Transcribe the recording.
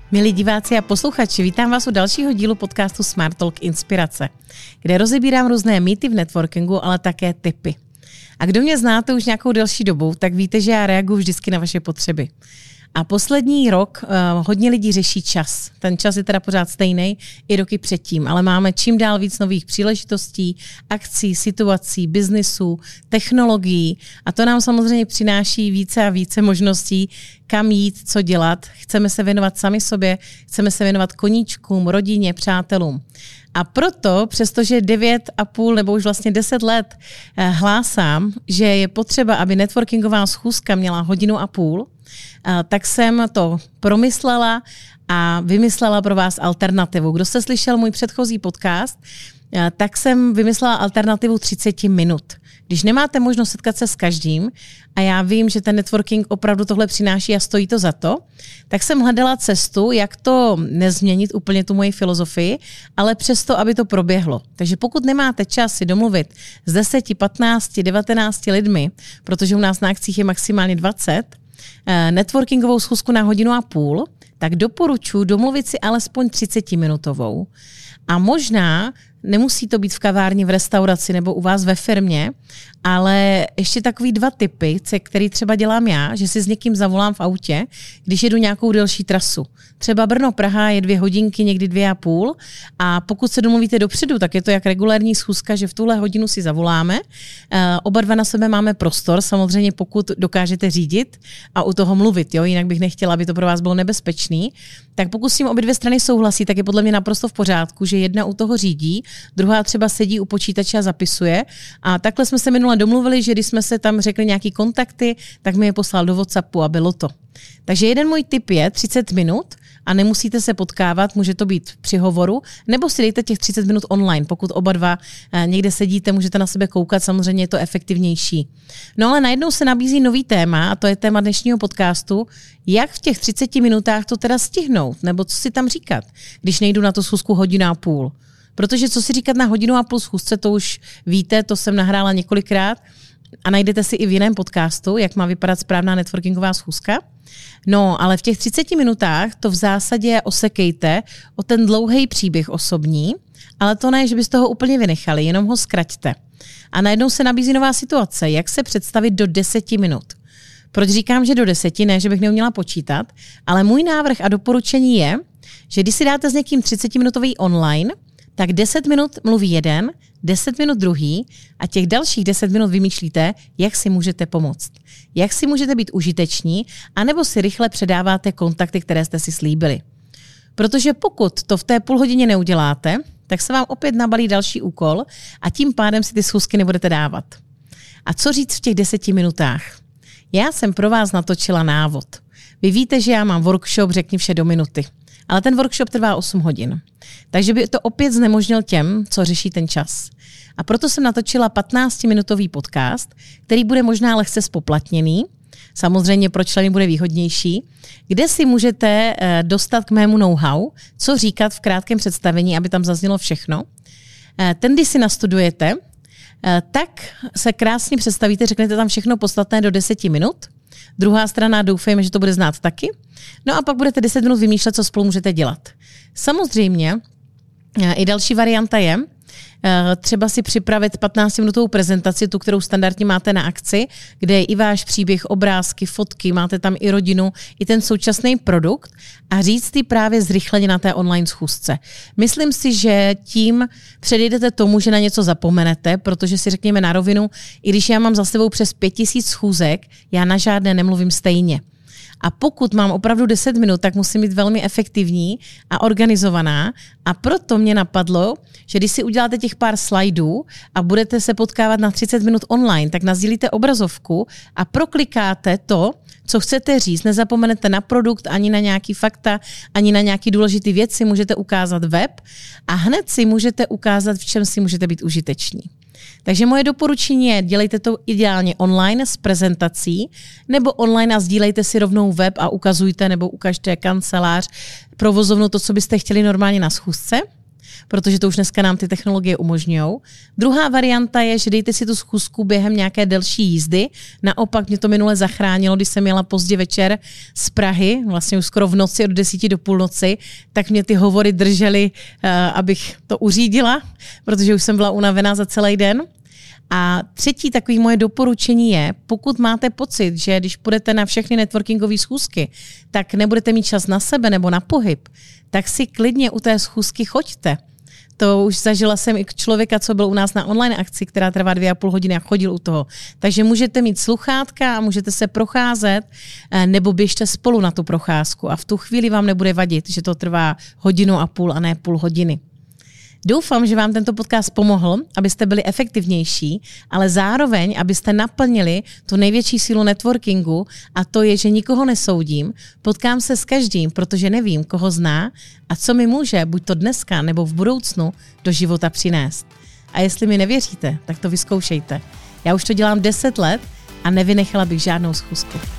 Milí diváci a posluchači, vítám vás u dalšího dílu podcastu Smart Talk Inspirace, kde rozebírám různé mýty v networkingu, ale také tipy. A kdo mě znáte už nějakou delší dobu, tak víte, že já reaguju vždycky na vaše potřeby. A poslední rok hodně lidí řeší čas. Ten čas je teda pořád stejný i roky předtím, ale máme čím dál víc nových příležitostí, akcí, situací, biznisů, technologií a to nám samozřejmě přináší více a více možností, kam jít, co dělat. Chceme se věnovat sami sobě, chceme se věnovat koníčkům, rodině, přátelům. A proto, přestože 9,5 nebo už vlastně 10 let hlásám, že je potřeba, aby networkingová schůzka měla 1,5 hodiny, tak jsem to promyslela a vymyslela pro vás alternativu. Kdo jste slyšel můj předchozí podcast, tak jsem vymyslela alternativu 30 minut. Když nemáte možnost setkat se s každým, a já vím, že ten networking opravdu tohle přináší a stojí to za to, tak jsem hledala cestu, jak to nezměnit úplně tu moji filozofii, ale přesto, aby to proběhlo. Takže pokud nemáte čas si domluvit s 10, 15, 19 lidmi, protože u nás na akcích je maximálně 20, networkingovou schůzku na 1,5 hodiny, tak doporučuji domluvit si alespoň 30-minutovou. A možná nemusí to být v kavárně, v restauraci nebo u vás ve firmě, ale ještě takový 2 tipy, který třeba dělám já, že si s někým zavolám v autě, když jedu nějakou delší trasu. Třeba Brno-Praha je 2 hodinky, někdy 2,5 a pokud se domluvíte dopředu, tak je to jak regulární schůzka, že v tuhle hodinu si zavoláme. Oba dva na sebe máme prostor, samozřejmě pokud dokážete řídit a u toho mluvit, jo? Jinak bych nechtěla, aby to pro vás bylo nebezpečný. Tak pokud s tím obě dvě strany souhlasí, tak je podle mě naprosto v pořádku, že jedna u toho řídí, druhá třeba sedí u počítače a zapisuje. A takhle jsme se minule domluvili, že když jsme se tam řekli nějaký kontakty, tak mi je poslal do WhatsAppu a bylo to. Takže jeden můj tip je 30 minut a nemusíte se potkávat, může to být při hovoru, nebo si dejte těch 30 minut online. Pokud oba dva někde sedíte, můžete na sebe koukat, samozřejmě je to efektivnější. No ale najednou se nabízí nový téma a to je téma dnešního podcastu, jak v těch 30 minutách to teda stihnout, nebo co si tam říkat, když nejdu na tu schůzku 1,5 hodiny. Protože co si říkat na 1,5 hodiny schůzce, to už víte, to jsem nahrála několikrát a najdete si i v jiném podcastu, jak má vypadat správná networkingová schůzka. No, ale v těch 30 minutách to v zásadě osekejte o ten dlouhý příběh osobní, ale to ne, že byste ho úplně vynechali, jenom ho zkraťte. A najednou se nabízí nová situace, jak se představit do 10 minut. Proč říkám, že do 10, ne, že bych neuměla počítat, ale můj návrh a doporučení je, že když si dáte s někým 30-minutový online, tak 10 minut mluví jeden, 10 minut druhý a těch dalších 10 minut vymýšlíte, jak si můžete pomoct. Jak si můžete být užiteční, anebo si rychle předáváte kontakty, které jste si slíbili. Protože pokud to v té půl hodině neuděláte, tak se vám opět nabalí další úkol a tím pádem si ty schůzky nebudete dávat. A co říct v těch 10 minutách? Já jsem pro vás natočila návod. Vy víte, že já mám workshop Řekni vše do minuty. Ale ten workshop trvá 8 hodin. Takže by to opět znemožnil těm, co řeší ten čas. A proto jsem natočila 15-minutový podcast, který bude možná lehce spoplatněný, samozřejmě pro členy bude výhodnější, kde si můžete dostat k mému know-how, co říkat v krátkém představení, aby tam zaznělo všechno. Ten, když si nastudujete, tak se krásně představíte, řeknete tam všechno podstatné do 10 minut. Druhá strana doufejme, že to bude znát taky. No a pak budete 10 minut vymýšlet, co spolu můžete dělat. Samozřejmě i další varianta je třeba si připravit 15-minutovou prezentaci, tu, kterou standardně máte na akci, kde je i váš příběh, obrázky, fotky, máte tam i rodinu, i ten současný produkt a říct ji právě zrychleně na té online schůzce. Myslím si, že tím předejdete tomu, že na něco zapomenete, protože si řekněme na rovinu, i když já mám za sebou přes 5000 schůzek, já na žádné nemluvím stejně. A pokud mám opravdu 10 minut, tak musím být velmi efektivní a organizovaná. A proto mě napadlo, že když si uděláte těch pár slajdů a budete se potkávat na 30 minut online, tak nasdílíte obrazovku a proklikáte to, co chcete říct. Nezapomenete na produkt, ani na nějaký fakta, ani na nějaký důležitý věci. Můžete ukázat web a hned si můžete ukázat, v čem si můžete být užiteční. Takže moje doporučení je, dělejte to ideálně online s prezentací, nebo online a sdílejte si rovnou web a ukazujte nebo ukažte kancelář, provozovnu, to, co byste chtěli normálně na schůzce. protože to už dneska nám ty technologie umožňují. Druhá varianta je, že dejte si tu schůzku během nějaké delší jízdy. Naopak mě to minule zachránilo, když jsem jela pozdě večer z Prahy, vlastně už skoro v noci od 10 do půlnoci, tak mě ty hovory držely, abych to uřídila, protože už jsem byla unavená za celý den. A třetí takový moje doporučení je, pokud máte pocit, že když půjdete na všechny networkingové schůzky, tak nebudete mít čas na sebe nebo na pohyb, tak si klidně u té schůzky choďte. To už zažila jsem i člověka, co byl u nás na online akci, která trvá 2,5 hodiny a chodil u toho. Takže můžete mít sluchátka a můžete se procházet, nebo běžte spolu na tu procházku a v tu chvíli vám nebude vadit, že to trvá 1,5 hodiny a ne půl hodiny. Doufám, že vám tento podcast pomohl, abyste byli efektivnější, ale zároveň, abyste naplnili tu největší sílu networkingu, a to je, že nikoho nesoudím, potkám se s každým, protože nevím, koho zná a co mi může, buď to dneska nebo v budoucnu, do života přinést. A jestli mi nevěříte, tak to vyzkoušejte. Já už to dělám 10 let a nevynechala bych žádnou schůzku.